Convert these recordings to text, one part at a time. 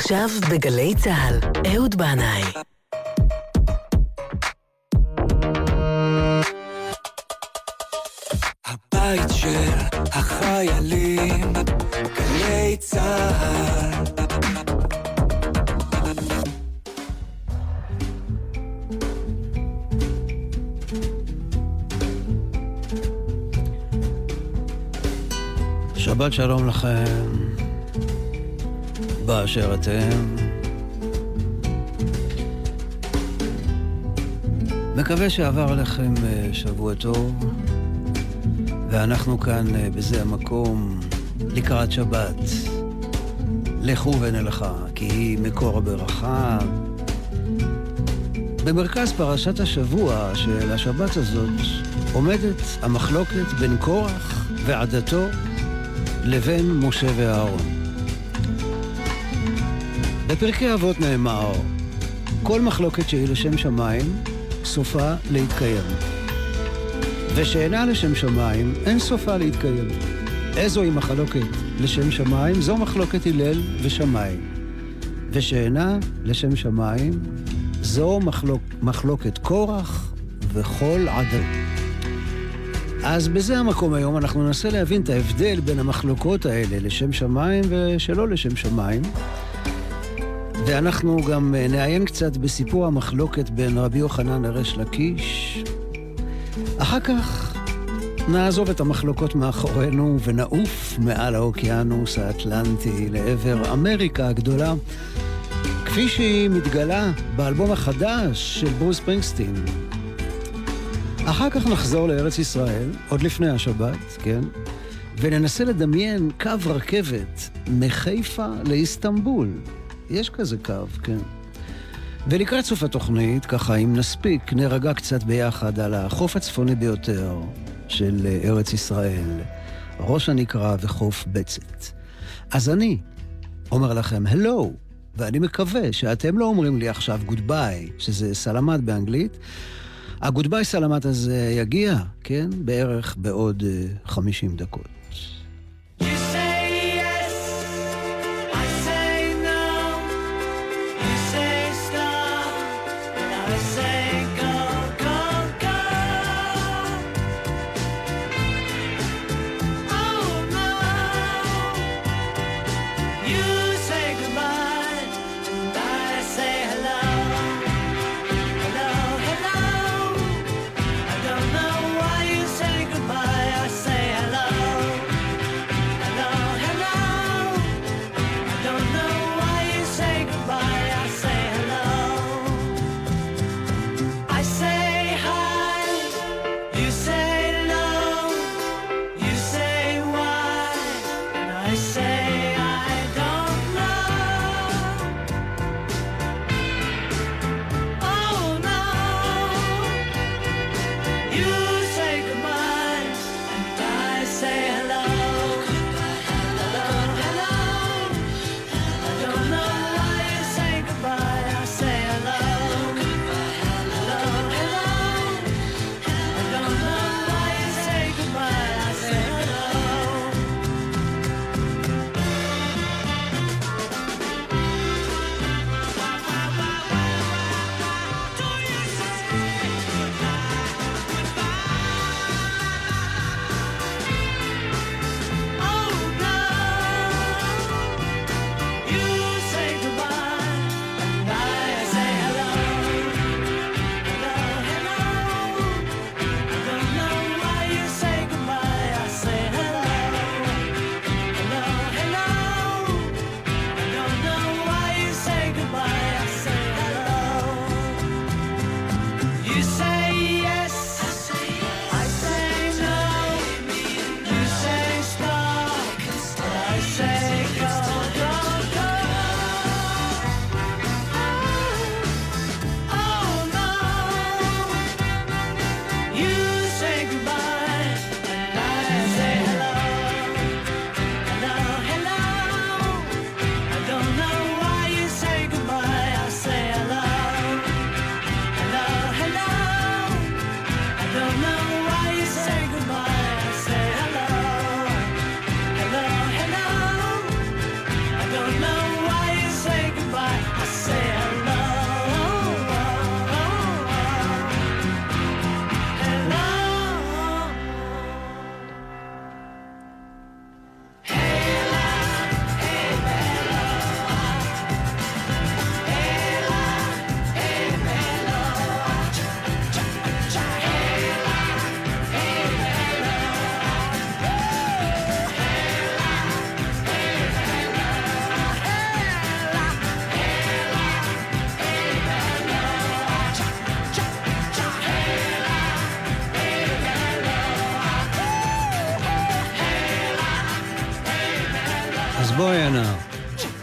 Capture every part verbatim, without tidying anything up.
עכשיו בגלי צהל, אהוד בנאי. הבית של החיילים, גלי צהל. שבת שלום לכם, באשר אתם. מקווה שעבר לכם שבוע טוב, ואנחנו כאן בזה המקום לקראת שבת. לכו ונלכה, כי היא מקור הברכה. במרכז פרשת השבוע של השבת הזאת עומדת המחלוקת בין קורח ועדתו לבין משה ואהרון. בפרקי אבות נאמר, כל מחלוקת שהיא לשם שמיים סופה להתקיים, ושאינה לשם שמיים אין סופה להתקיים. איזו היא מחלוקת לשם שמיים? זו מחלוקת הלל ושמיים. ושאינה לשם שמיים זו מחלוק, מחלוקת קורח וכל עדו. אז בזה המקום היום אנחנו ננסה להבין את ההבדל בין המחלוקות האלה לשם שמיים ושלא לשם שמיים. ואנחנו גם נעיין קצת בסיפור המחלוקת בין רבי יוחנן לריש לקיש. אחר כך נעזוב את המחלוקות מאחורינו ונעוף מעל האוקיינוס האטלנטי לעבר אמריקה הגדולה, כפי שהיא מתגלה באלבום החדש של ברוס ספרינגסטין. אחר כך נחזור לארץ ישראל, עוד לפני השבת, כן? וננסה לדמיין קו רכבת מחיפה לאיסטנבול. יש כזה קו, כן. ולקראת סוף התוכנית, ככה אם נספיק, נרגע קצת ביחד על החוף הצפוני ביותר של ארץ ישראל, ראש הנקרה וחוף בצת. אז אני אומר לכם הלו, ואני מקווה שאתם לא אומרים לי עכשיו גודביי, שזה סלמת באנגלית. הגודביי סלמת הזה יגיע, כן? בערך בעוד חמישים דקות.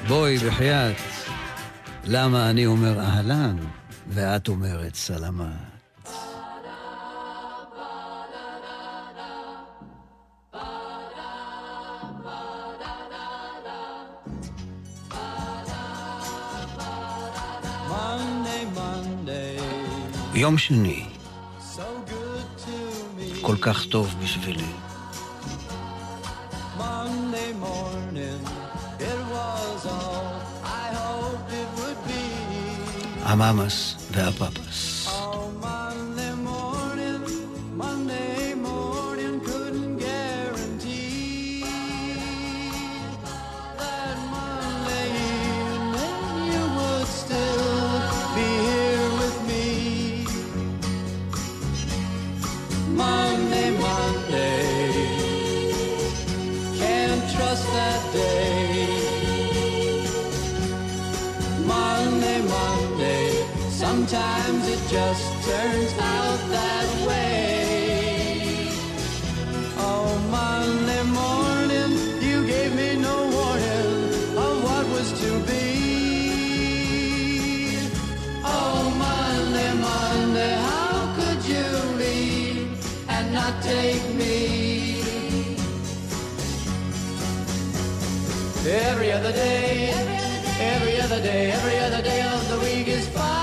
בואי בחייאת, למה אני אומר אהלן ואת אומרת סלמת? יום שני, כל כך טוב בשבילי. המאמס והפאפס. Sometimes it just turns out that way. Oh, Monday morning, you gave me no warning of what was to be. Oh, Monday, Monday, how could you leave and not take me? Every other day, every other day, every other day of the week is fine.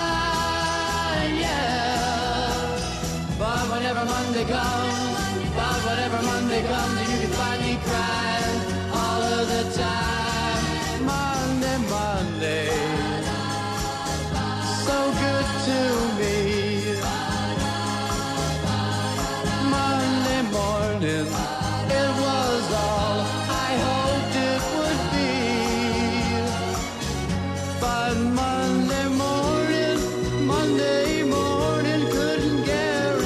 Whenever Monday comes, but whenever Monday comes, you can find me crying all of the time. Monday, Monday, so good to me. Monday morning, it was all I hoped it would be. But Monday morning, Monday morning couldn't get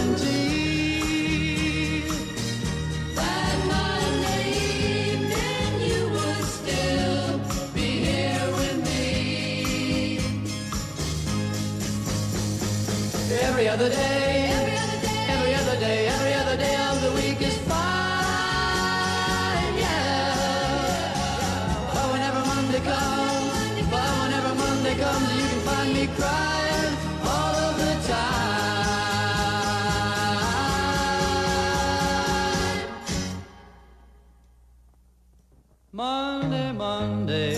every other day, every other day, every other day, every other day of the week is fine, yeah. But whenever Monday comes, but whenever Monday comes, you can find me crying all of the time. Monday, Monday,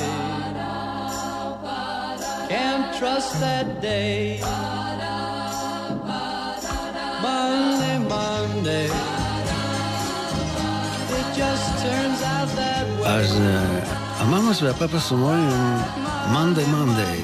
can't trust that day. Monday, Monday, it just turns out that way. אז המאמס והפאפס אומרים Monday, Monday,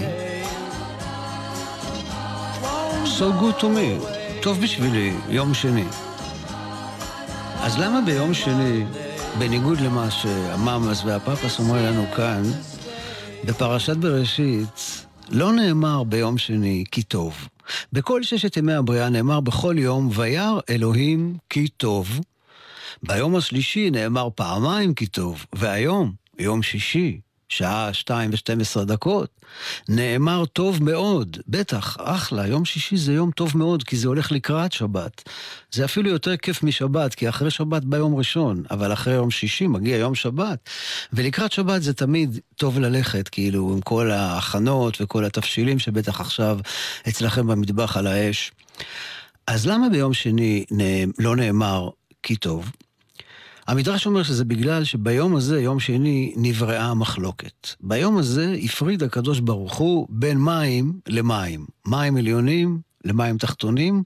so good to me, טוב בשבילי, יום שני. אז למה ביום שני, בניגוד למה שהמאמס והפאפס אומרים לנו כאן, בפרשת בראשית, לא נאמר ביום שני כי טוב. בכל ששת ימי הבריאה נאמר בכל יום, וירא אלוהים כי טוב. ביום השלישי נאמר פעמיים כי טוב, והיום, יום שישי, שעה שתיים ושתים עשרה דקות, נאמר טוב מאוד. בטח, אחלה, יום שישי זה יום טוב מאוד, כי זה הולך לקראת שבת. זה אפילו יותר כיף משבת, כי אחרי שבת ביום ראשון, אבל אחרי יום שישי מגיע יום שבת. ולקראת שבת זה תמיד טוב ללכת, כאילו, עם כל ההכנות וכל התפשילים שבטח עכשיו אצלכם במטבח על האש. אז למה ביום שני לא נאמר כי טוב? המדרש אומר שזה בגלל שביום הזה, יום שני, נבראה המחלוקת. ביום הזה הפריד הקדוש ברוך הוא בין מים למים. מים עליונים למים תחתונים,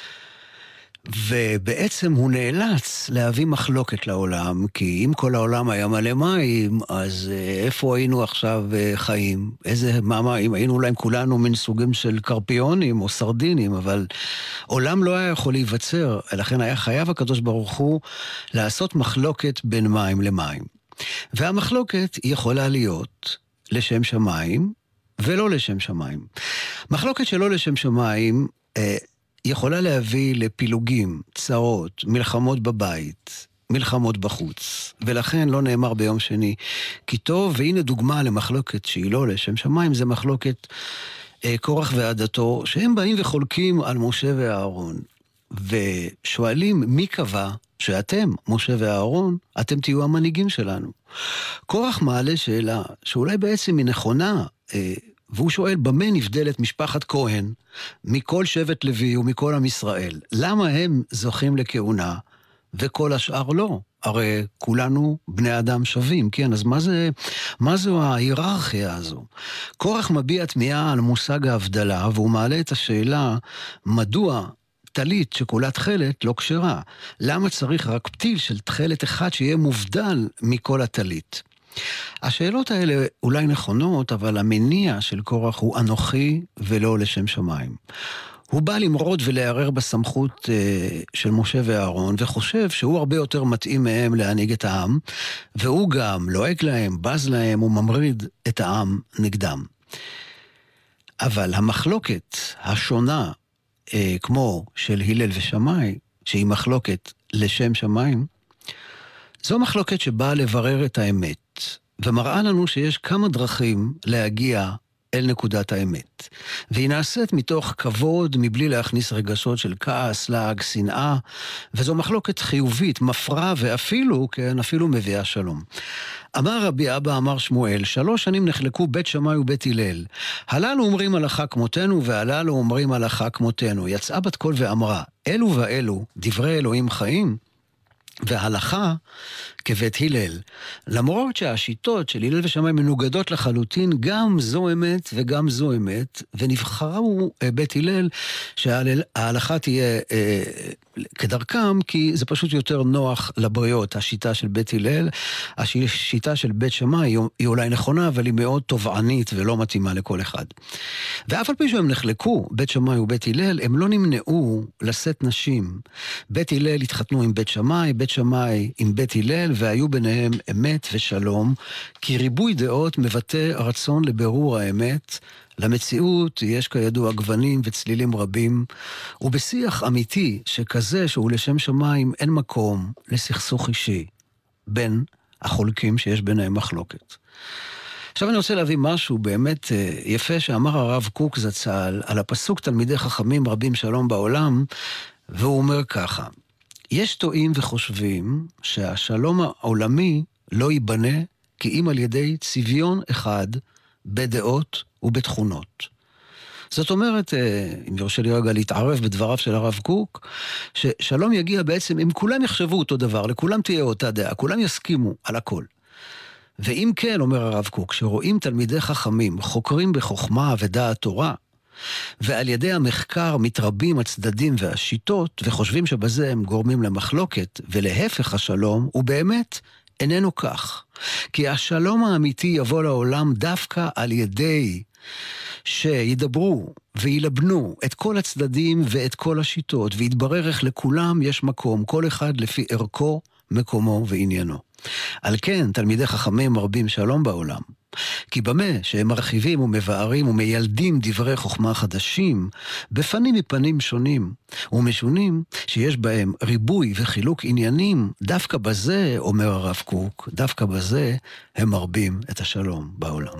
ובעצם הוא נאלץ להביא מחלוקת לעולם, כי אם כל העולם היה מלא מים, אז איפה היינו עכשיו חיים? איזה מים? היינו אולי כולנו מן סוגים של קרפיונים או סרדינים, אבל עולם לא היה יכול להיווצר, לכן היה חייב הקדוש ברוך הוא לעשות מחלוקת בין מים למים. והמחלוקת יכולה להיות לשם שמיים ולא לשם שמיים. מחלוקת שלא לשם שמיים יכולה להביא לפילוגים, צרות, מלחמות בבית, מלחמות בחוץ, ולכן לא נאמר ביום שני כי טוב. והנה דוגמה למחלוקת שהיא לא לשם שמיים, זה מחלוקת אה, קורח ועדתו, שהם באים וחולקים על משה ואהרון. ושואלים מי קבע שאתם, משה ואהרון, אתם תהיו המנהיגים שלנו. קורח מעלה שאלה שאולי בעצם היא נכונה, והוא שואל במה נבדלת משפחת כהן מכל שבט לוי ומכל עם ישראל? למה הם זוכים לכהונה וכל השאר לא? הרי כולנו בני אדם שווים, כן? אז מה זה, מה זו ההיררכיה הזו? קורח מביע תמיהה על מושג ההבדלה, והוא מעלה את השאלה, מדוע טלית שכולה תכלת לא כשרה? למה צריך רק פתיל של תכלת אחד שיהיה מובדל מכל הטלית? השאלות האלה אולי נכונות, אבל המניע של קורח הוא אנוכי ולא לשם שמיים. הוא בא למרוד ולערער בסמכות אה, של משה ואהרון, וחושב שהוא הרבה יותר מתאים מהם להנהיג את העם, והוא גם לועק להם, בז להם, וממריד את העם נגדם. אבל המחלוקת השונה, אה, כמו של הלל ושמאי, שהיא מחלוקת לשם שמיים, זו מחלוקת שבאה לברר את האמת, ומראה לנו שיש כמה דרכים להגיע אל נקודת האמת. והיא נעשית מתוך כבוד, מבלי להכניס רגשות של כעס, לעג, שנאה, וזו מחלוקת חיובית, מפרה, ואפילו, כן, אפילו מביאה שלום. אמר רבי אבא, אמר שמואל, שלוש שנים נחלקו בית שמאי ובית הלל. הללו אומרים הלכה כמותנו, והללו אומרים הלכה כמותנו. יצאה בת קול ואמרה, אלו ואלו, דברי אלוהים חיים, וההלכה כבית הלל. למרות שהשיטות של הלל ושמאי מנוגדות לחלוטין, גם זו אמת וגם זו אמת, ונבחרו בית הלל שההלכה תהיה אה, כדרכם, כי זה פשוט יותר נוח לבריות. השיטה של בית הלל, השיטה של בית שמאי היא אולי נכונה, אבל היא מאוד תובענית ולא מתאימה לכל אחד. ואף על פי שהם נחלקו, בית שמאי ובית הלל, הם לא נמנעו לשאת נשים. בית הלל התחתנו עם בית שמאי, בית שמאי עם בית הלל, והיו ביניהם אמת ושלום, כי ריבוי דעות מבטא רצון לבירור האמת. למציאות יש כידוע גוונים וצלילים רבים, ובשיח אמיתי שכזה שהוא לשם שמיים אין מקום לסכסוך אישי בין החולקים שיש ביניהם מחלוקת. עכשיו אני רוצה להביא משהו באמת יפה שאמר הרב קוק זצ"ל על הפסוק תלמידי חכמים רבים שלום בעולם, והוא אומר ככה, יש טועים וחושבים שהשלום העולמי לא ייבנה כי אם על ידי צביון אחד בדעות ובתכונות. זאת אומרת, אם יורשה לי רגע להתערב בדבריו של הרב קוק, ששלום יגיע בעצם אם כולם יחשבו אותו דבר, לכולם תהיה אותה דעה, כולם יסכימו על הכל. ואם כן, אומר הרב קוק, שרואים תלמידי חכמים חוקרים בחוכמה ודעת תורה, ועל ידי המחקר מתרבים הצדדים והשיטות, וחושבים שבזה הם גורמים למחלוקת, ולהפך השלום, הוא באמת איננו כך. כי השלום האמיתי יבוא לעולם דווקא על ידי שידברו וילבנו את כל הצדדים ואת כל השיטות, ויתברר איך לכולם יש מקום, כל אחד לפי ערכו, מקומו ועניינו. על כן, תלמידי חכמים מרבים שלום בעולם. כי במה שהם מרחיבים ומבארים ומיילדים דברי חוכמה חדשים, בפנים מפנים שונים ומשונים שיש בהם ריבוי וחילוק עניינים, דווקא בזה, אומר הרב קוק, דווקא בזה הם מרבים את השלום בעולם.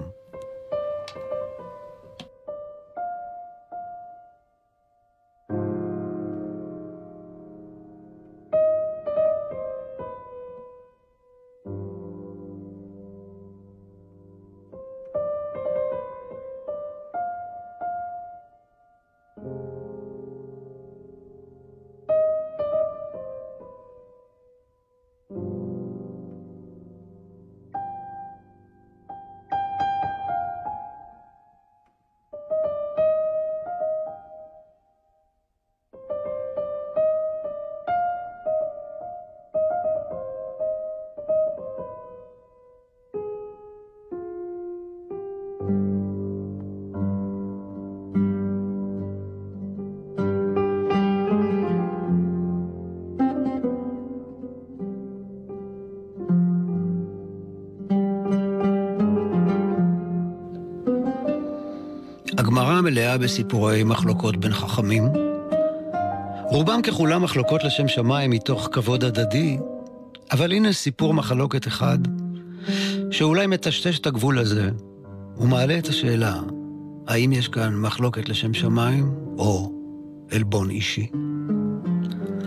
הגמרא מלאה בסיפורי מחלוקות בין חכמים. רובם ככולם מחלוקות לשם שמיים מתוך כבוד הדדי, אבל הנה סיפור מחלוקת אחד, שאולי מטשטש את הגבול הזה, ומעלה את השאלה, האם יש כאן מחלוקת לשם שמיים, או אלבון אישי?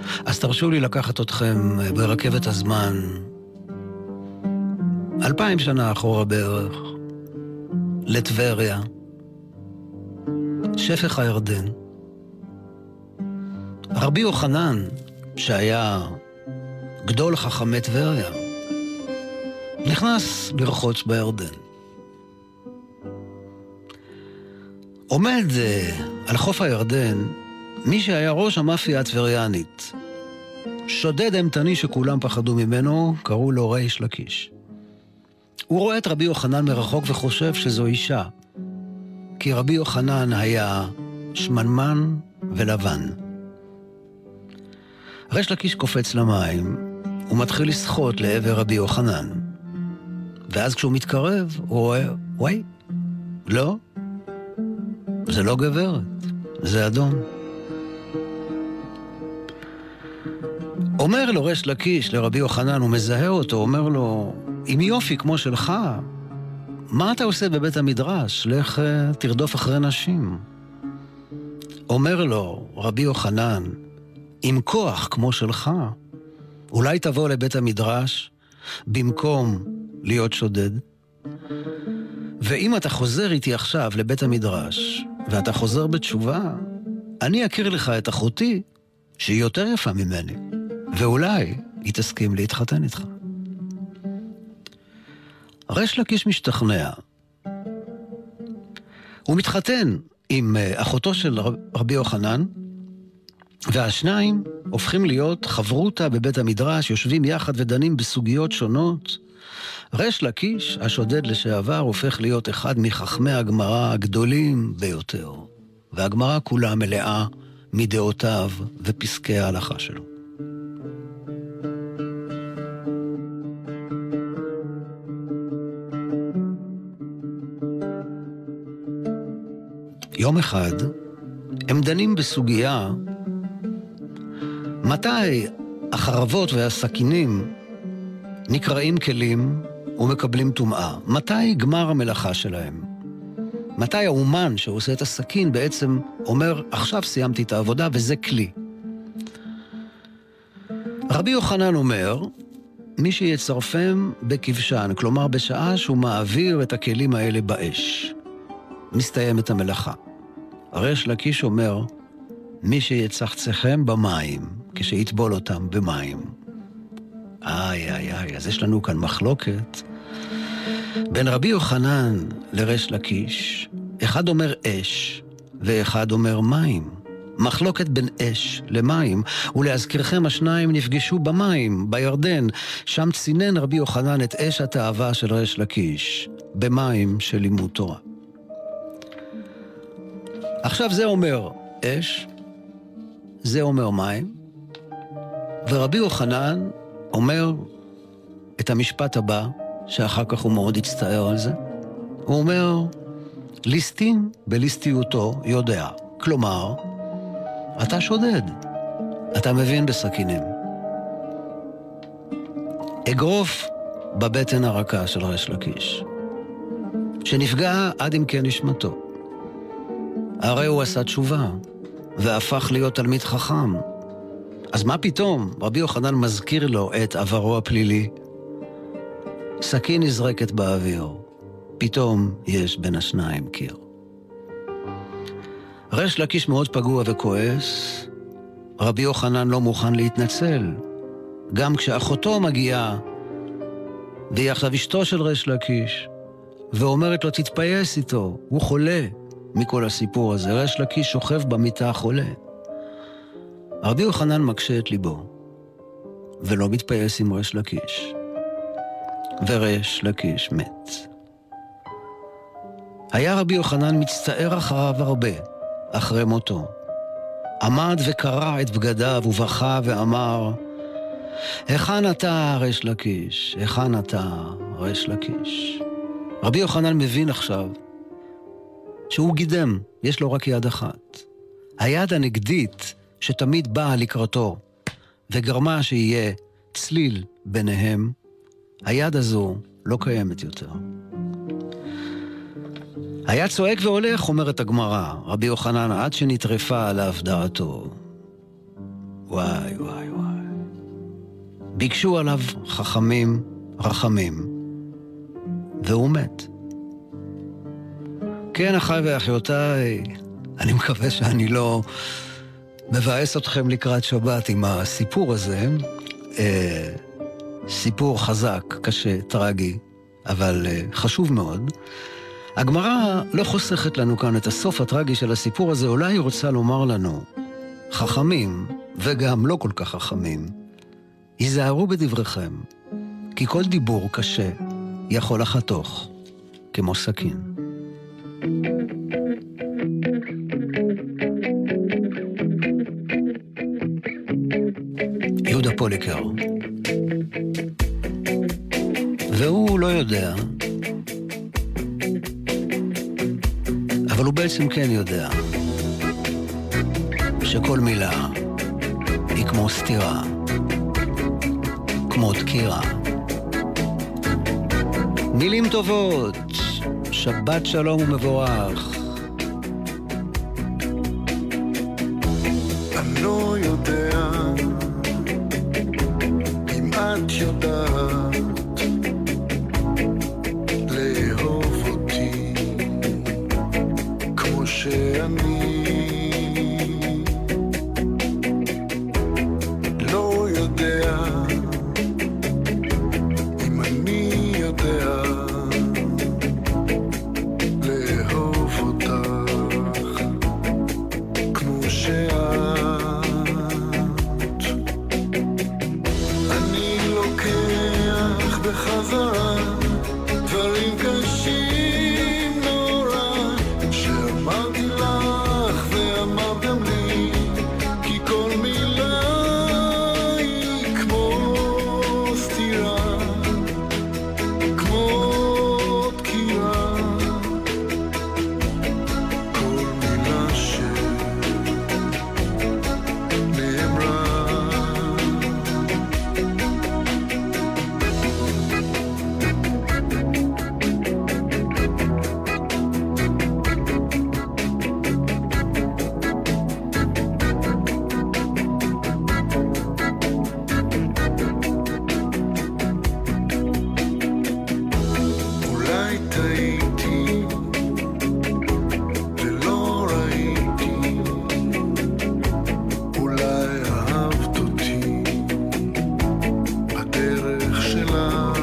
אז תרשו לי לקחת אתכם ברכבת הזמן אלפיים שנה אחורה בערך, לטבריה, שפך הירדן. רבי יוחנן, שהיה גדול חכמי טבריה, נכנס לרחוץ בירדן. עומד על חוף הירדן מי שהיה ראש המאפיה הטבריאנית, שודד אמתני שכולם פחדו ממנו, קראו לו ריש לקיש. הוא רואה את רבי יוחנן מרחוק וחושב שזו אישה, כי רבי יוחנן היה שמנמן ולבן. ריש לקיש קופץ למים, הוא מתחיל לשחות לעבר רבי יוחנן. ואז כשהוא מתקרב, הוא רואה, וואי, לא, זה לא גברת, זה אדון. אומר לו ריש לקיש לרבי יוחנן, הוא מזהה אותו, אומר לו, עם יופי כמו שלך, מה אתה עושה בבית המדרש? לך תרדוף אחרי נשים. אומר לו רבי יוחנן, עם כוח כמו שלך, אולי תבוא לבית המדרש במקום להיות שודד? ואם אתה חוזר איתי עכשיו לבית המדרש, ואתה חוזר בתשובה, אני אכיר לך את אחותי, שהיא יותר יפה ממני, ואולי היא תסכים להתחתן איתך. ריש לקיש משתכנע. הוא מתחתן עם אחותו של רבי יוחנן, והשניים הופכים להיות חברותה בבית המדרש, יושבים יחד ודנים בסוגיות שונות. ריש לקיש, השודד לשעבר, הופך להיות אחד מחכמי הגמרא הגדולים ביותר, והגמרא כולה מלאה מדעותיו ופסקי ההלכה שלו. יום אחד הם דנים בסוגיה מתי החרבות והסכינים נקראים כלים ומקבלים טומאה. מתי גמר המלאכה שלהם? מתי האומן שעושה את הסכין בעצם אומר, עכשיו סיימתי את העבודה וזה כלי. רבי יוחנן אומר, מי שיצרפם בכבשן, כלומר בשעה שהוא מעביר את הכלים האלה באש, מסתיים את המלאכה. ריש לקיש אומר, מי שיצחצחם במים, כשיטבול אותם במים. איי, איי, איי, אז יש לנו כאן מחלוקת בין רבי יוחנן לריש לקיש. אחד אומר אש, ואחד אומר מים. מחלוקת בין אש למים, ולהזכירכם השניים נפגשו במים, בירדן. שם צינן רבי יוחנן את אש התאווה של ריש לקיש, במים של לימוד תורה. עכשיו זה אומר אש, זה אומר מים, ורבי יוחנן אומר את המשפט הבא, שאחר כך הוא מאוד הצטער על זה. הוא אומר, ליסטין בליסטיותו יודע. כלומר, אתה שודד, אתה מבין בסכינים. אגרוף בבטן הרכה של ריש לקיש, שנפגע עד אם כן נשמתו. הרי הוא עשה תשובה, והפך להיות תלמיד חכם. אז מה פתאום? רבי יוחנן מזכיר לו את עברו הפלילי. סכין נזרקת באוויר, פתאום יש בין השניים קיר. ריש לקיש מאוד פגוע וכועס, רבי יוחנן לא מוכן להתנצל. גם כשאחותו מגיעה, והיא עכשיו אשתו של ריש לקיש, ואומרת לו תתפייס איתו, הוא חולה מכל הסיפור הזה. ריש לקיש שוכב במיטה חולה. רבי יוחנן מקשה את ליבו, ולא מתפייס עם ריש לקיש. וריש לקיש מת. היה רבי יוחנן מצטער אחריו הרבה, אחרי מותו. עמד וקרע את בגדיו ובכה ואמר, היכן אתה ריש לקיש? היכן אתה ריש לקיש? רבי יוחנן מבין עכשיו שהוא גידם, יש לו רק יד אחת. היד הנגדית שתמיד באה לקראתו וגרמה שיהיה צליל ביניהם, היד הזו לא קיימת יותר. היה צועק והולך, אומרת הגמרא, רבי יוחנן, עד שנטרפה עליו דעתו. וואי וואי ביקשו עליו חכמים רחמים, והוא מת. כן, אחי ואחיותיי, אני מקווה שאני לא מבאס אתכם לקראת שבת עם הסיפור הזה. אה, סיפור חזק, קשה, טרגי, אבל אה, חשוב מאוד. הגמרא לא חוסכת לנו כאן את הסוף הטרגי של הסיפור הזה, אולי היא רוצה לומר לנו, חכמים, וגם לא כל כך חכמים, היזהרו בדבריכם, כי כל דיבור קשה יכול לחתוך כמו סכין. יהודה פוליקר. והוא לא יודע, אבל הוא בעצם כן יודע, שכל מילה היא כמו סתירה, כמו דקירה. מילים טובות, שבת שלום ומבורך. אני לא יודע אם את יודעת לאהוב אותי כמו שאני, לא יודע אם אני יודע לאהוב אותך כמו שאת. אני לוקח בחזרה דברים קשים נורא שאמרתי לך ואמרת גם לי, כי כל מילה היא כמו סתירה, כמו דקירה. כל מילה שנאמרה אולי טעיתי ולא ראיתי, אולי אהבת אותי בדרך שלך.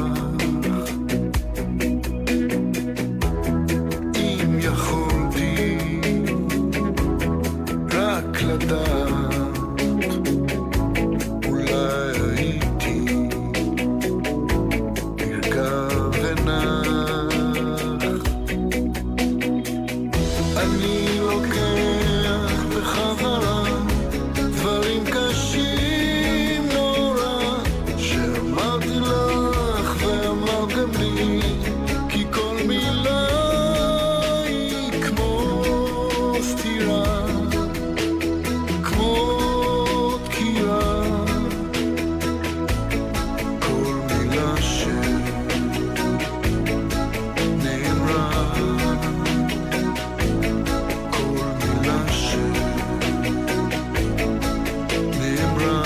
אם יכולתי רק לדעת, אולי הייתי נרגע ונח. אני לוקח בחזרה דברים קשים נורא שאמרתי לך ואמרת גם לי, כי כל מילה היא כמו סתירה, כמו דקירה. כל מילה שנאמרה, כל מילה שנאמרה.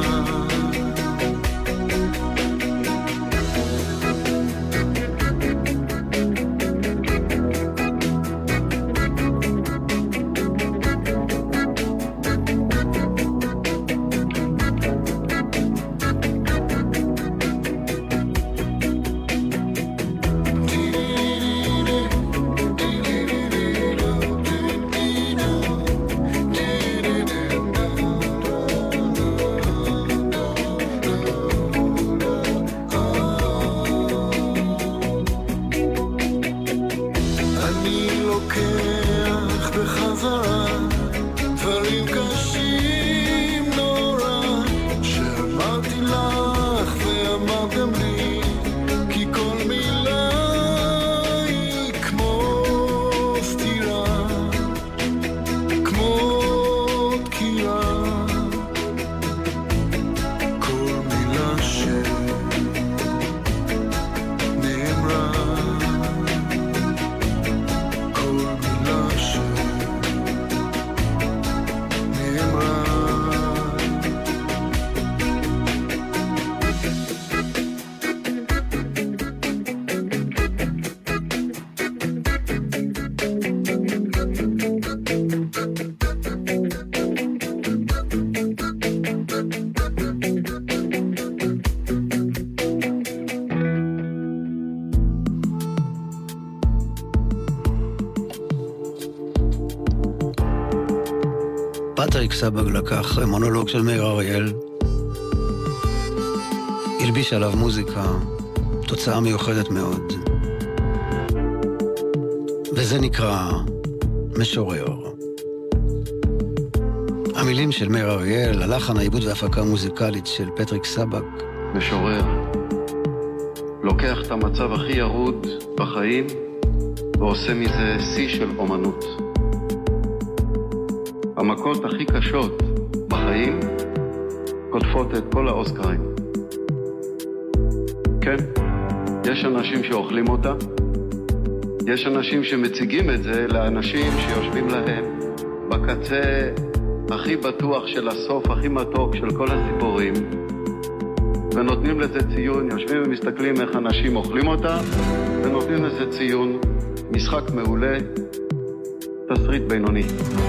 אני לוקח בחזרה דברים קשים נורא שאמרתי לך ואמרת גם לי, כי כל מילה היא כמו סתירה, כמו דקירה. כל מילה שנאמרה, כל מילה שנאמרה. פטריק סבג לקח מונולוג של מאיר אריאל, הלביש עליו מוזיקה, תוצאה מיוחדת מאוד. וזה נקרא משורר. המילים של מאיר אריאל, הלחן, העיבוד וההפקה המוזיקלית של פטריק סבג. משורר לוקח את המצב הכי ירוד בחיים ועושה מזה שיא של אומנות. המכות הכי קשות בחיים קוטפות את כל האוסקרים. כן, יש אנשים שאוכלים אותה, יש אנשים שמציגים את זה לאנשים שיושבים להם בקצה הכי בטוח של הסוף, הכי מתוק של כל הסיפורים, ונותנים לזה ציון, יושבים ומסתכלים איך אנשים אוכלים אותה, ונותנים לזה ציון, משחק מעולה, תסריט בינוני.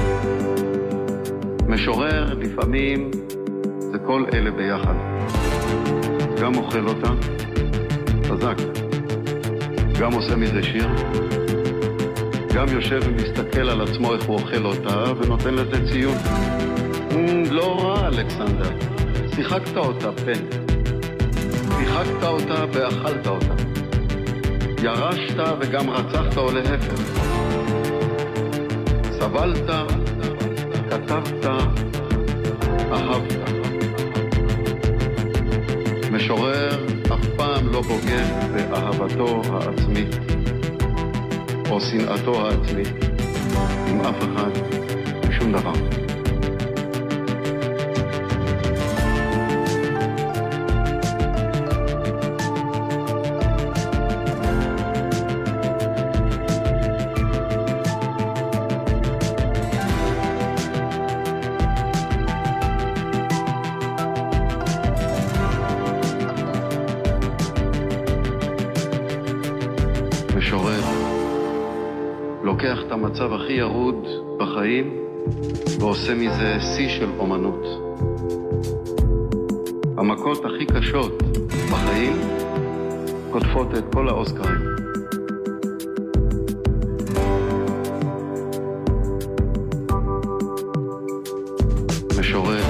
משורר לפעמים זה כל אלה ביחד. גם אוכל אותה, חזק. גם עושה מזה שיר. גם יושב ומסתכל על עצמו איך הוא אוכל אותה ונותן לזה ציון. Mm, לא רע, אלכסנדר. שיחקת אותה, פן. שיחקת אותה ואכלת אותה. ירשת וגם רצחת או להפך. סבלת, כתבת, אהבת. משורר אף פעם לא בוגד באהבתו העצמית או שנאתו העצמית עם אף אחד ושום דבר. לוקח את המצב הכי ירוד בחיים ועושה מזה שיא של אומנות. המכות הכי קשות בחיים קוטפות את כל האוסקרים. משורר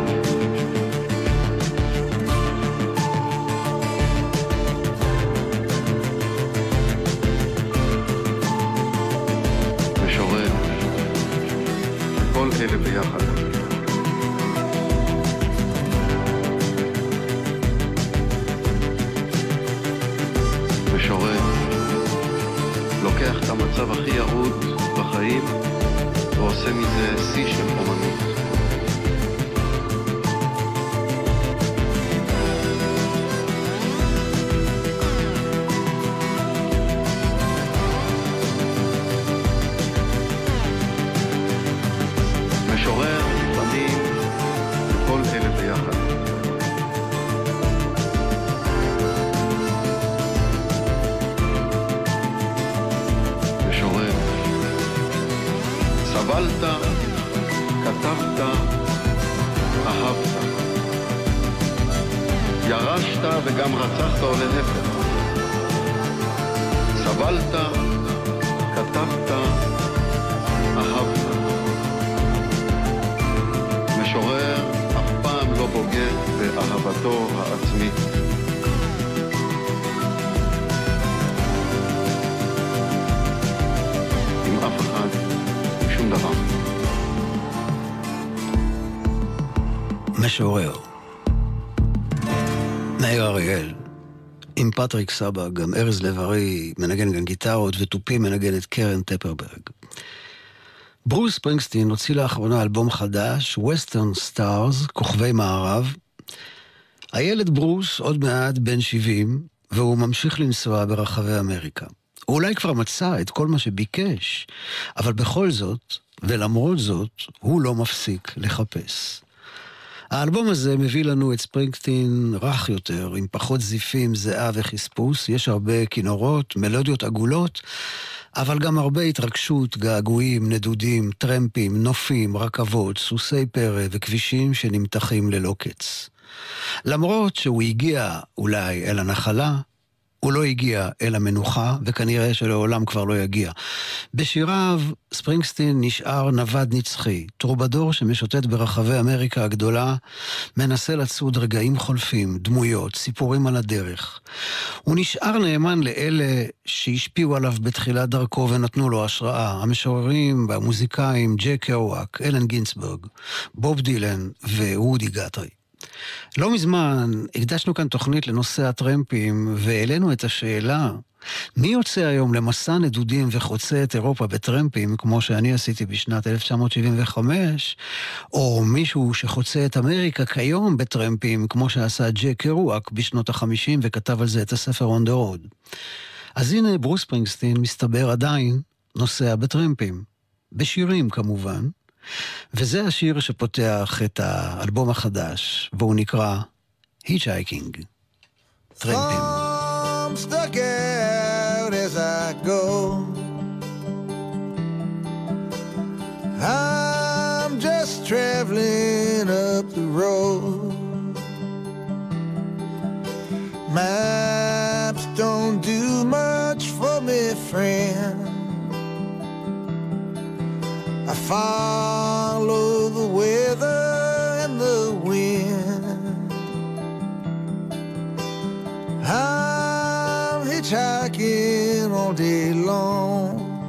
אלה ביחד. משורר לוקח את המצב הכי ירוד בחיים ועושה מזה שיא של אומנות. משורר לפעמים וכל אלה ביחד. משורר סבלת, כתבת, אהבת. ירשת וגם רצחת או להפך. סבלת, כתבת, אהבת. משורר אף פעם לא בוגד באהבתו העצמית. עם אף אחד ושום דבר. משורר מאיר אריאל עם פטריק סבג, גם ארז לב-ארי מנגן גם גיטרות וטופים מנגן את קרן טפרברג. ברוס ספרינגסטין הוציא לאחרונה אלבום חדש, Western Stars, כוכבי מערב. הילד ברוס עוד מעט בן שבעים, והוא ממשיך לנסוע ברחבי אמריקה. הוא אולי כבר מצא את כל מה שביקש, אבל בכל זאת, ולמרות זאת, הוא לא מפסיק לחפש. האלבום הזה מביא לנו את ספרינגסטין רך יותר, עם פחות זיפים, זהה וחספוס. יש הרבה כינורות, מלודיות עגולות, אבל גם הרבה התרגשות, געגועים, נדודים, טרמפים, נופים, רכבות, סוסי פרא וכבישים שנמתחים ללא קץ. למרות שהוא הגיע אולי אל הנחלה, הוא לא הגיע אל המנוחה, וכנראה שלעולם כבר לא יגיע. בשיריו, ספרינגסטין נשאר נווד נצחי, טרובדור שמשוטט ברחבי אמריקה הגדולה, מנסה לצוד רגעים חולפים, דמויות, סיפורים על הדרך. הוא נשאר נאמן לאלה שהשפיעו עליו בתחילת דרכו ונתנו לו השראה, המשוררים והמוזיקאים ג'ק קרוואק, אלן גינסברג, בוב דילן ווודי גאטרי. לא מזמן הקדשנו כאן תוכנית לנושא הטרמפים, והעלינו את השאלה, מי יוצא היום למסע נדודים וחוצה את אירופה בטרמפים, כמו שאני עשיתי בשנת אלף תשע מאות שבעים וחמש, או מישהו שחוצה את אמריקה כיום בטרמפים, כמו שעשה ג'ק קרוואק בשנות החמישים, וכתב על זה את הספר On the Road. אז הנה ברוס ספרינגסטין מסתבר עדיין נוסע בטרמפים, בשירים כמובן, וזה השיר שפותח את האלבום החדש, והוא נקרא Hitchhiking, טרמפים. I'm stuck out as I go. I'm just traveling up the road. Maps don't do much for me, friend. I follow the weather and the wind. I'm hitchhiking all day long.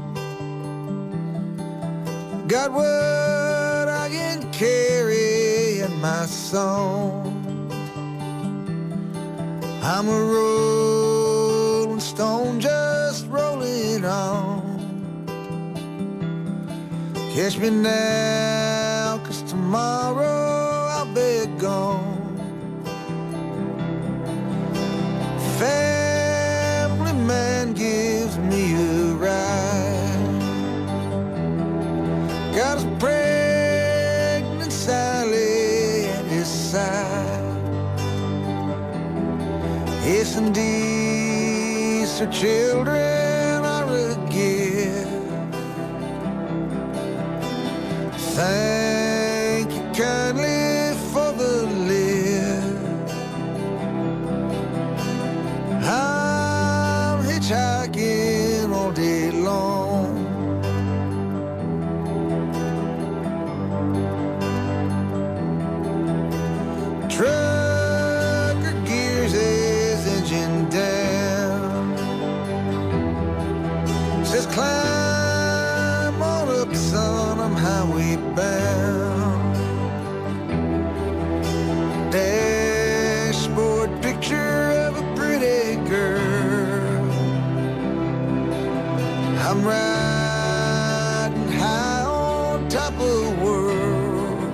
Got what I can carry in my song. I'm a rolling stone just rolling on. Catch me now, 'cause tomorrow I'll be gone. Family man gives me a ride. Got a pregnant Sally at his side. Yes, indeed, her children are a gift. Thank you kindly for the lift. I'm hitchhiking all day long. Trucker gears his engine down. Says climb on up, son, I'm highway bound. Dashboard picture of a pretty girl. I'm riding high on top of the world.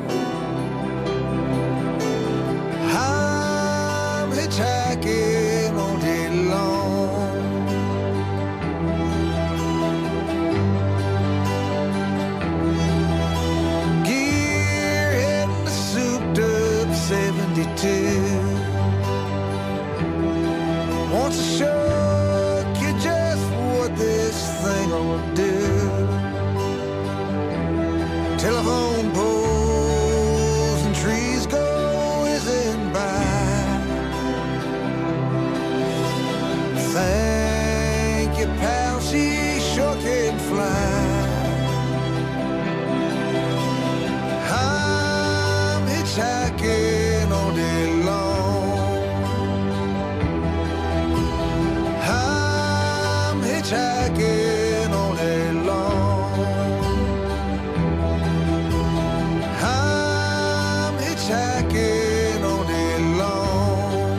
I'm hitchhiking all day long. Gearhead and a souped up seventy-two. Wants to show you just what this thing will do. Telephone poles and trees go whizzing by. Thank you, pal, she sure can fly. I'm hitchhiking all day long. I'm hitchhiking all day long. I'm hitchhiking all day long.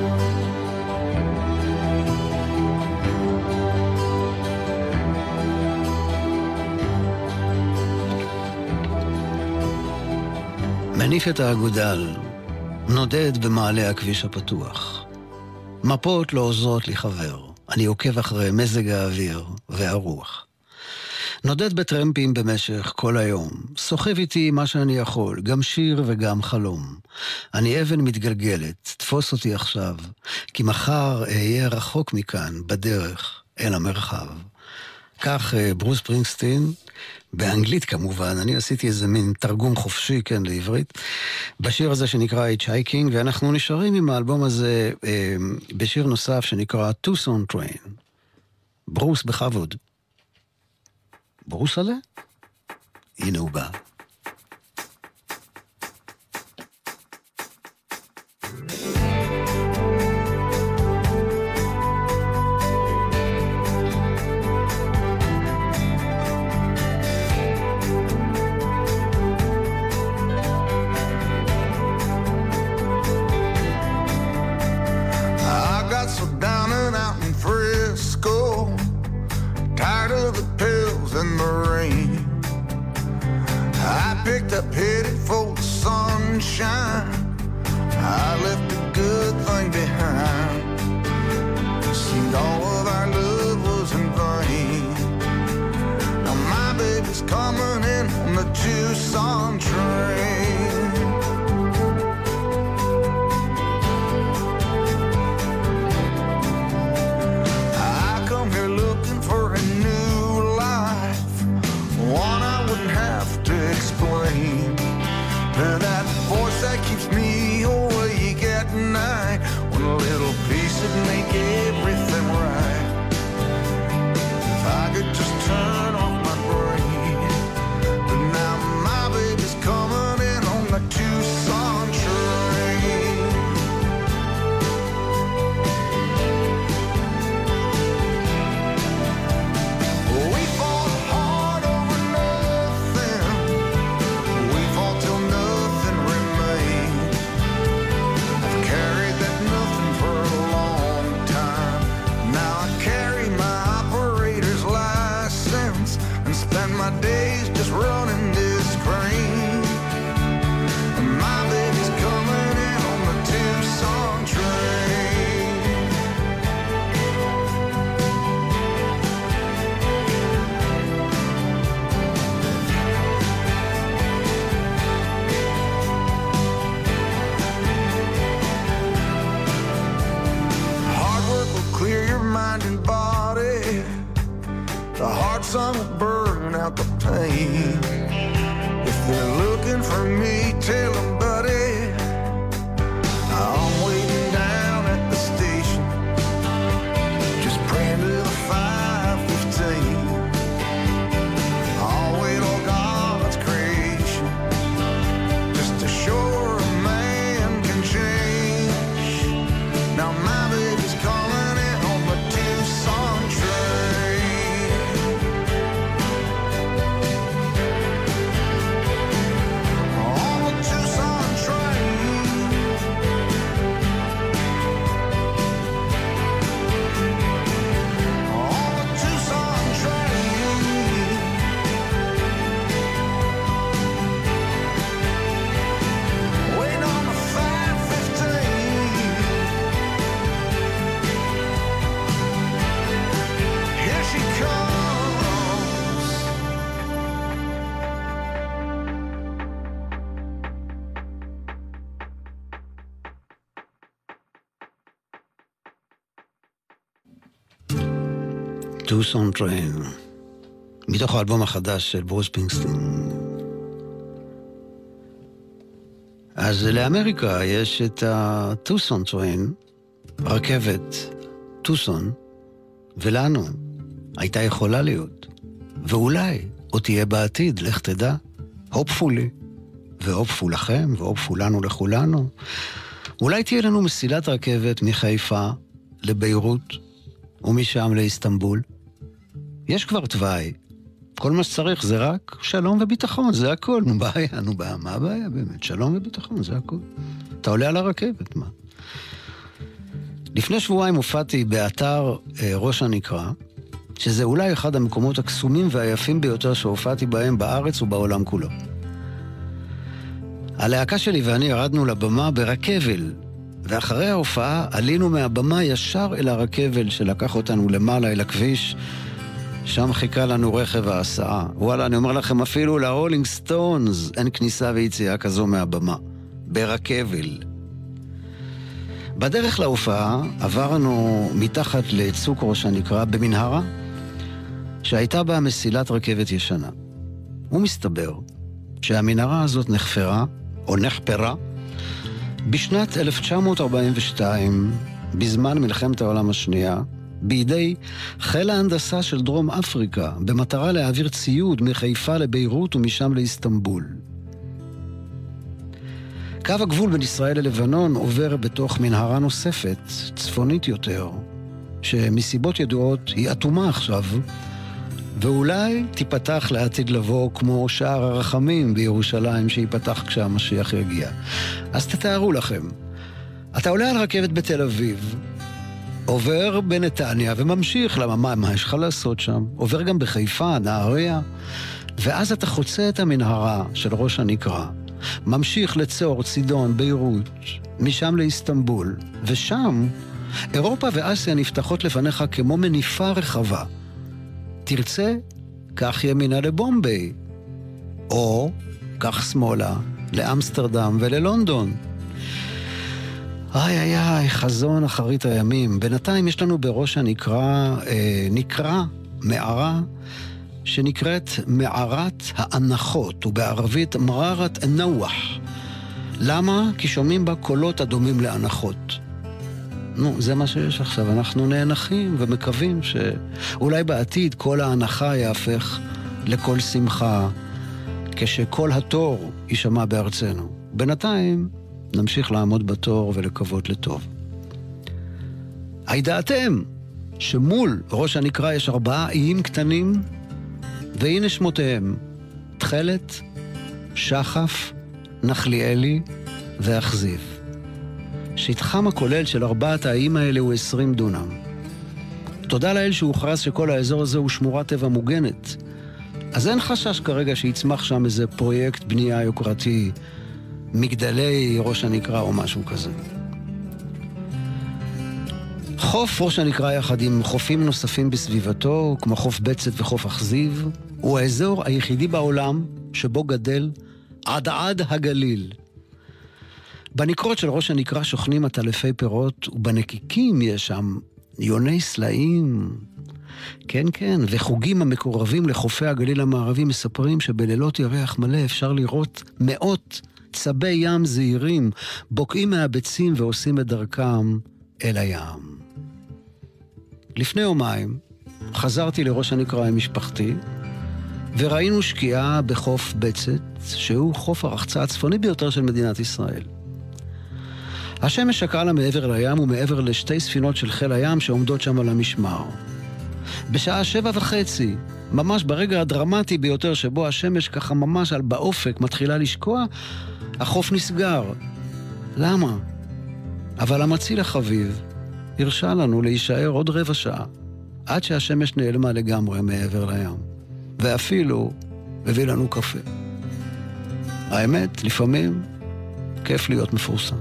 מניף את האגודל, נודד במעלה הכביש הפתוח. מפות לא עוזרות לי חבר, אני עוקב אחרי מזג האוויר והרוח. נודד בטרמפים במשך כל היום, סוחב איתי מה שאני יכול, גם שיר וגם חלום. אני אבן מתגלגלת, תפוס אותי עכשיו, כי מחר אהיה רחוק מכאן, בדרך אל המרחב. כך ברוס ספרינגסטין, באנגלית כמובן, אני עשיתי איזה מין תרגום חופשי, כן, לעברית, בשיר הזה שנקרא Hitchhiking, ואנחנו נשארים עם האלבום הזה אה, בשיר נוסף שנקרא Tucson Train. ברוס בכבוד. ברוס עלה? הנה הוא בא. Tucson Train, מתוך האלבום החדש של ברוס ספרינגסטין. אז לאמריקה יש את ה-Tucson Train, רכבת טוסון, ולנו הייתה יכולה להיות, ואולי עוד תהיה בעתיד, לך תדע, הופפולי, והופפול לכם, והופפול לנו לכולנו. אולי תהיה לנו מסילת רכבת מחיפה לביירות, ומשם לאיסטנבול. יש כבר תוואי. כל מה שצריך זה רק שלום וביטחון, זה הכל. נו בעיה, נו בעיה, מה הבעיה באמת? שלום וביטחון, זה הכל. אתה עולה על הרכבת, מה? לפני שבועיים הופעתי באתר אה, ראש הנקרה, שזה אולי אחד המקומות הקסומים והיפים ביותר שהופעתי בהם בארץ ובעולם כולו. הלהקה שלי ואני ירדנו לבמה ברכבל, ואחרי ההופעה עלינו מהבמה ישר אל הרכבל שלקח אותנו למעלה אל הכביש, שם חיכה לנו רכב ההסעה. וואלה, אני אומר לכם, אפילו להולינג סטונס אין כניסה ויציאה כזו מהבמה. ברכבל. בדרך להופעה עברנו מתחת לצוקרו שנקרא במנהרה, שהייתה בה מסילת רכבת ישנה. ומסתבר שהמנהרה הזאת נחפרה, או נחפרה, בשנת אלף תשע מאות ארבעים ושתיים, בזמן מלחמת העולם השנייה, בידי חיל ההנדסה של דרום אפריקה, במטרה להעביר ציוד מחיפה לביירות ומשם לאיסטנבול. קו הגבול בין ישראל ללבנון עובר בתוך מנהרה נוספת, צפונית יותר, שמסיבות ידועות היא אטומה עכשיו, ואולי תיפתח לעתיד לבוא כמו שער הרחמים בירושלים שיפתח כשהמשיח יגיע. אז תתארו לכם, אתה עולה על רכבת בתל אביב, עובר בנתניה וממשיך, למה מה, מה יש לך לעשות שם? עובר גם בחיפה, נהריה, ואז אתה חוצה את המנהרה של ראש הנקרה, ממשיך לצור, צידון, ביירות, משם לאיסטנבול, ושם אירופה ואסיה נפתחות לפניך כמו מניפה רחבה. תרצה, כך ימינה לבומביי, או כך שמאלה לאמסטרדם וללונדון. איי איי איי, חזון אחרית הימים. בינתיים יש לנו בראש הנקרה, אה, נקרה, מערה, שנקראת מערת האנחות, ובערבית מררת נוח. למה? כי שומעים בה קולות הדומים לאנחות. נו, זה מה שיש עכשיו. אנחנו נאנחים ומקווים שאולי בעתיד כל ההנחה יהפך לכל שמחה, כשכל התור יישמע בארצנו. בינתיים נמשיך לעמוד בתור ולקוות לטוב. הידעתם שמול ראש הנקרה יש ארבעה איים קטנים, והנה שמותיהם: תחלת, שחף, נחליאלי ואכזיב. שטחם הכולל של ארבעת האיים האלה הוא עשרים דונם. תודה לאל שהוכרז שכל האזור הזה הוא שמורת טבע מוגנת. אז אין חשש כרגע שיצמח שם איזה פרויקט בנייה יוקרתי, מגדלי ראש הנקרה או משהו כזה. חוף ראש הנקרה יחד עם חופים נוספים בסביבתו, כמו חוף בצת וחוף אכזיב, הוא האזור היחידי בעולם שבו גדל עדעד הגליל. בנקרות של ראש הנקרה שוכנים עטלפי פירות, ובנקיקים יש שם יוני סלעים. כן, כן, וחוגים המקורבים לחופי הגליל המערבי מספרים שבלילות ירח מלא אפשר לראות מאות צבי ים זהירים, בוקעים מהביצים ועושים את דרכם אל הים. לפני יומיים חזרתי לראש הנקרה עם משפחתי, וראינו שקיעה בחוף בצת, שהוא חוף הרחצה הצפוני ביותר של מדינת ישראל. השמש שקעה לה מעבר לים ומעבר לשתי ספינות של חיל הים שעומדות שם על המשמר. בשעה שבע וחצי, ממש ברגע הדרמטי ביותר שבו השמש ככה ממש על באופק מתחילה לשקוע, החוף נסגר. למה? אבל המציל החביב הרשה לנו להישאר עוד רבע שעה, עד שהשמש נעלמה לגמרי מעבר לים. ואפילו הביא לנו קפה. האמת, לפעמים כיף להיות מפורסם.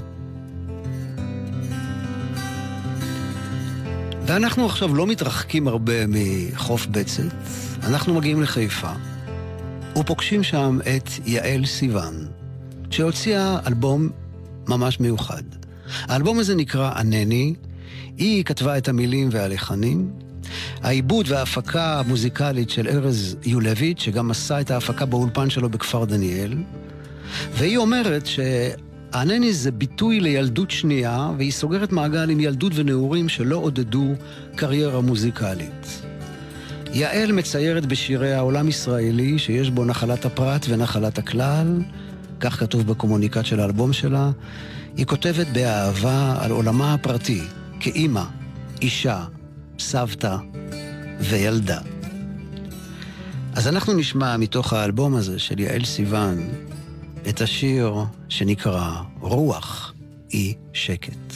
ואנחנו עכשיו לא מתרחקים הרבה מחוף בצת, אנחנו מגיעים לחיפה, ופוגשים שם את יעל סיוון, שהוציאה אלבום ממש מיוחד. האלבום הזה נקרא ענני, היא כתבה את המילים והלחנים, העיבוד וההפקה המוזיקלית של ארז יולביץ', שגם עשה את ההפקה באולפן שלו בכפר דניאל, והיא אומרת שענני זה ביטוי לילדות שנייה, והיא סוגרת מעגל עם ילדות ונעורים שלא עודדו קריירה מוזיקלית. יעל מציירת בשיריה עולם ישראלי שיש בו נחלת הפרט ונחלת הכלל, כך כתוב בקומוניקט של האלבום שלה. היא כותבת באהבה על עולמה הפרטי, כאימא, אישה, סבתא וילדה. אז אנחנו נשמע מתוך האלבום הזה של יעל סיוון את השיר שנקרא רוח אי שקט.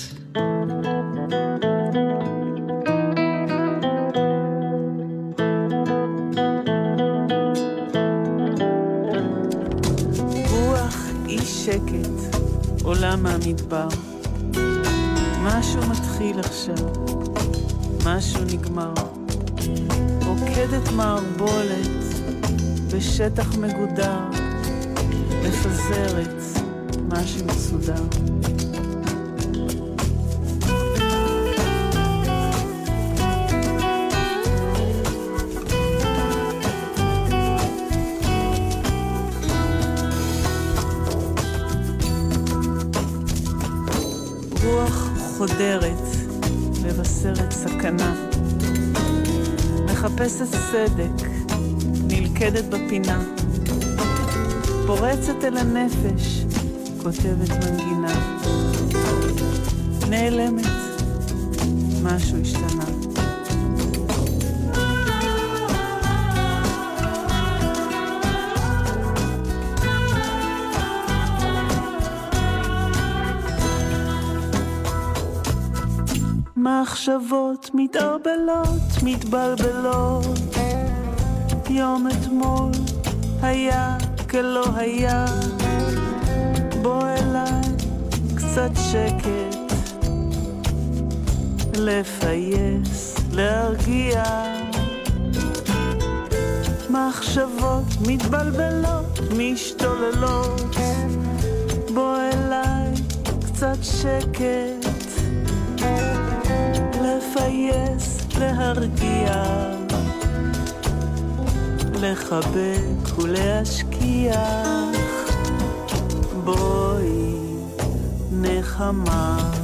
רוח אי שקט עולה מהמדבר, משהו מתחיל עכשיו, משהו נגמר, רוקדת מערבולת בשטח מגודר, מפזרת משהו מסודר. חודרת מבשרת סכנה, מחפשת צדק, נלכדת בפינה, פורצת אל הנפש, כותבת מנגינה, נעלמת, משהו השתנה. מחשבות מתערבלות, מתבלבלות, יום אתמול היה כלא היה, בוא אליי קצת שקט, לפייס, להרגיע. מחשבות מתבלבלות, משתוללות, בוא אליי קצת שקט, לפייס, להרגיע, לחבק ולהשכיח. בואי נחמה,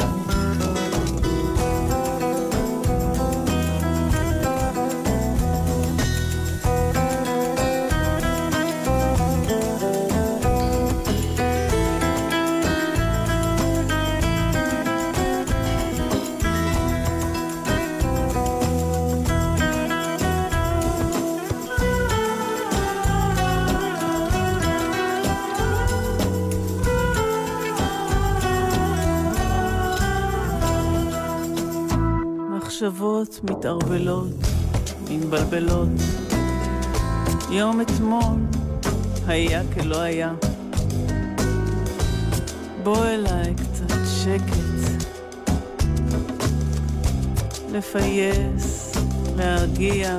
מחשבות מתערבלות, מתבלבלות, יום אתמול היה כלא היה, בוא אליי קצת שקט, לפייס, להרגיע.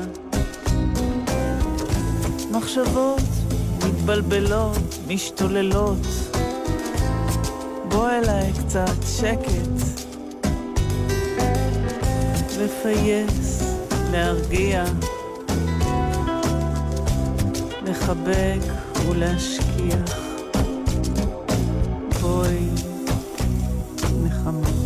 מחשבות מתבלבלות, משתוללות, בוא אליי קצת שקט, לפייס, להרגיע, לחבק ולהשכיח. בואי נחמה.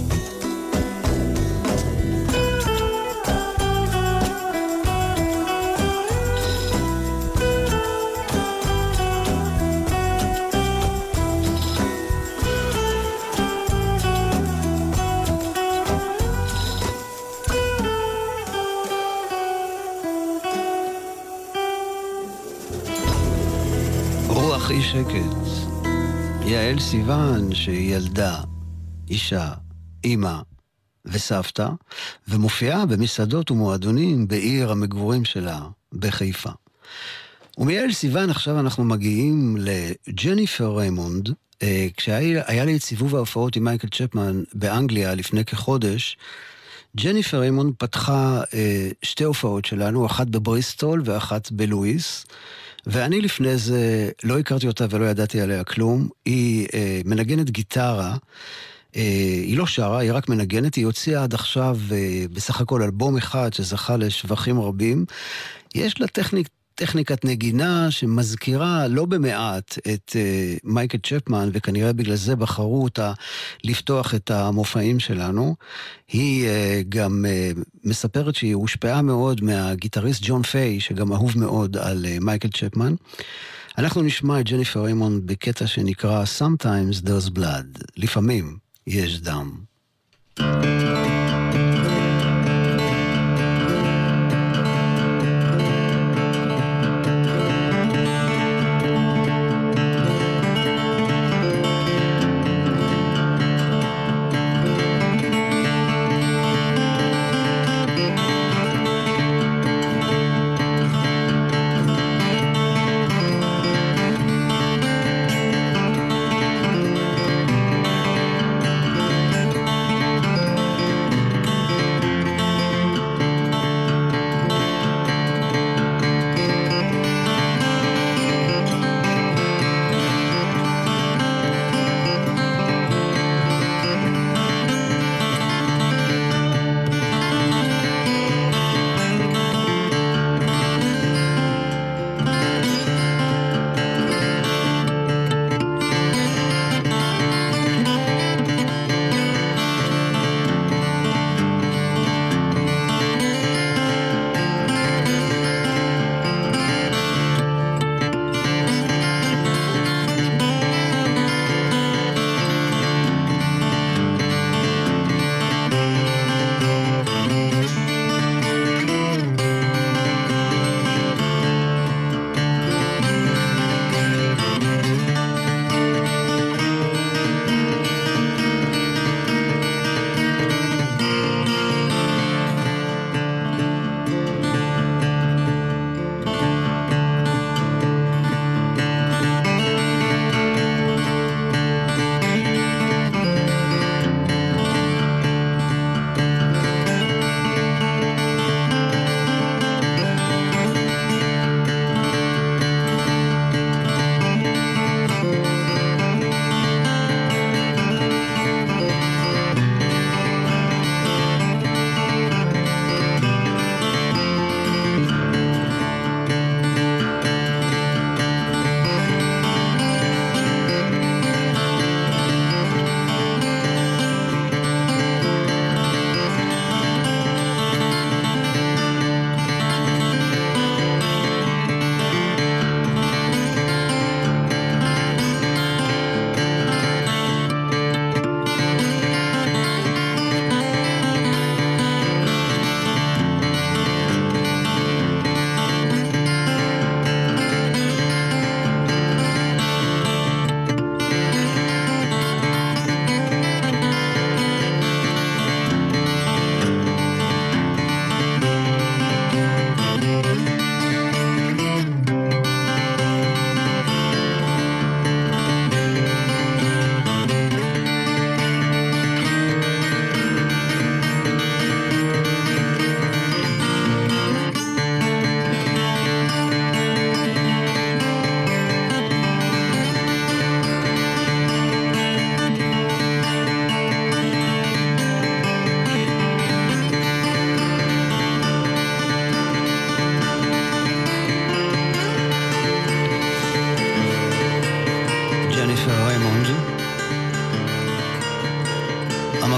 אי שקט. יעל סיוון שהיא ילדה, אישה, אמא וסבתא, ומופיעה במסעדות ומועדונים בעיר המגורים שלה, בחיפה. ומיעל סיוון עכשיו אנחנו מגיעים לג'ניפר ריימונד, כשהיה לי את סיבוב ההופעות עם מייקל צ'פמן באנגליה לפני כחודש. ג'ניפר ריימונד פתחה שתי הופעות שלנו, אחת בבריסטול ואחת בלואיס, ואני לפני זה לא הכרתי אותה ולא ידעתי עליה כלום. היא אה, מנגנת גיטרה, אה, היא לא שרה, היא רק מנגנת. היא הוציאה עד עכשיו אה, בסך הכל אלבום אחד שזכה לשבחים רבים. יש לה טכניק, טכניקת נגינה שמזכירה לא במעט את אה, מייקל צ'פמן, וכנראה בגלל זה בחרו אותה לפתוח את המופעים שלנו. היא אה, גם אה, מספרת שהיא הושפעה מאוד מהגיטריסט ג'ון פיי, שגם אהוב מאוד על אה, מייקל צ'פמן. אנחנו נשמע את ג'ניפר ריימונד בקטע שנקרא Sometimes There's Blood, לפעמים יש דם.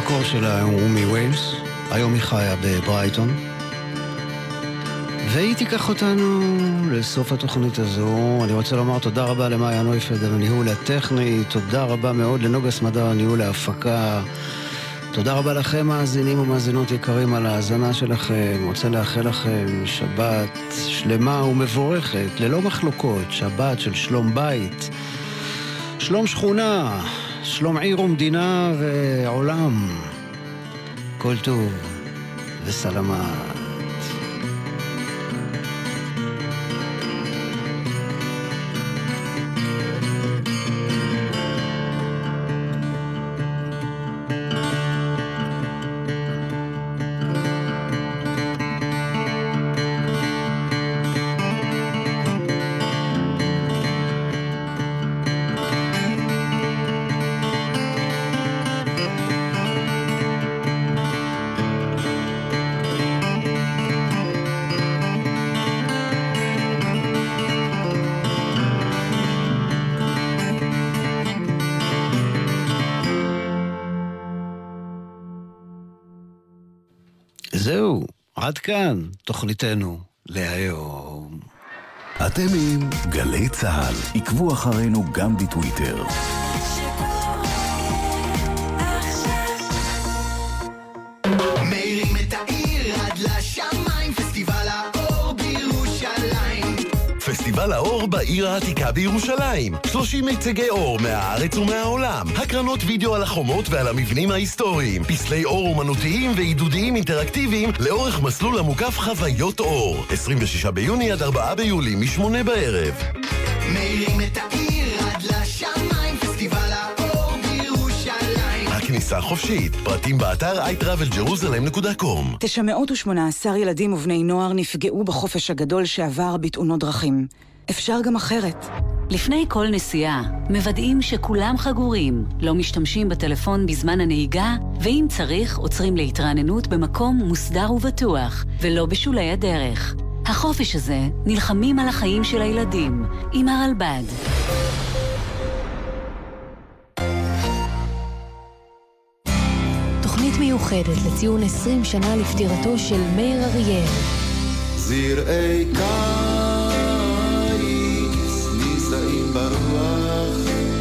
המקור שלה הוא מווילס, היום היא חיה בברייטון. והיא תיקח אותנו לסוף התוכנית הזו. אני רוצה לומר תודה רבה למאיה נויפלד על הניהול הטכני, תודה רבה מאוד לנוגה סמדר על ניהול ההפקה, תודה רבה לכם מאזינים ומאזינות יקרים על ההאזנה שלכם. רוצה לאחל לכם שבת שלמה ומבורכת, ללא מחלוקות, שבת של שלום בית, שלום שכונה, שלום עיר ומדינה ועולם. כל טוב וסלמת. זהו, עד כאן תוכניתנו להיום. אתם עם גלי צהל, עקבו אחרינו גם בטוויטר. מאירים את העיר עד לשמיים, פסטיבל האור בירושלים. פסטיבל האור בעיר העתיקה בירושלים. שלושים מיצגי אור מהארץ ומהעולם. הקרנות וידאו על החומות ועל המבנים ההיסטוריים. פסלי אור אומנותיים ועידודיים אינטראקטיביים לאורך מסלול המוקף חוויות אור. עשרים ושישה ביוני עד ארבעה ביולי משמונה בערב. מאירים את העיר עד לשמיים, פסטיבל האור בירושלים. הכניסה חופשית. פרטים באתר איי טראבל ג'רוזלם דוט קום. תשע מאות ושמונה עשר ילדים ובני נוער נפגעו בחופש הגדול שעבר בתאונות דרכים. אפשר גם אחרת. לפני כל נסיעה, מוודאים שכולם חגורים, לא משתמשים בטלפון בזמן הנהיגה, ואם צריך, עוצרים להתרעננות במקום מוסדר ובטוח, ולא בשולי הדרך. החופש הזה נלחמים על החיים של הילדים, עם הרלב"ד. תוכנית מיוחדת לציון עשרים שנה לפטירתו של מאיר אריאל. זרעי קיץ נישאים ברוח.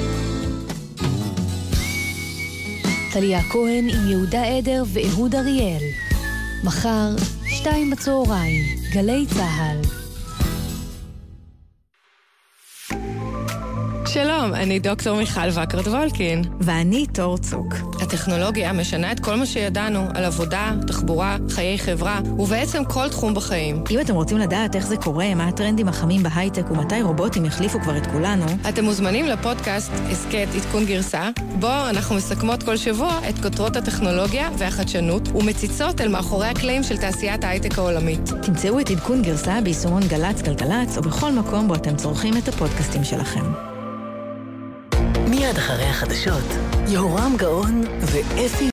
טליה כהן עם יהודה עדר ואהוד אריאל. מחר, שתיים בצהריים, גלי צהל. שלום, אני דוקטור מיכל וקרת וולקין. ואני תור צוק. הטכנולוגיה משנה את כל מה שידענו על עבודה, תחבורה, חיי חברה, ובעצם כל תחום בחיים. אם אתם רוצים לדעת איך זה קורה, מה הטרנדים החמים בהייטק ומתי רובוטים יחליפו כבר את כולנו, אתם מוזמנים לפודקאסט הסקט עדכון גרסה, בו אנחנו מסכמות כל שבוע את כותרות הטכנולוגיה והחדשנות, ומציצות אל מאחורי הקלעים של תעשיית ההייטק העולמית. תמצאו את עדכון גרסה ביישומון גלץ גלגלץ, או בכל מקום בו אתם צורכים את הפודקאסטים שלכם. מיד אחרי החדשות, יהורם גאון ואפי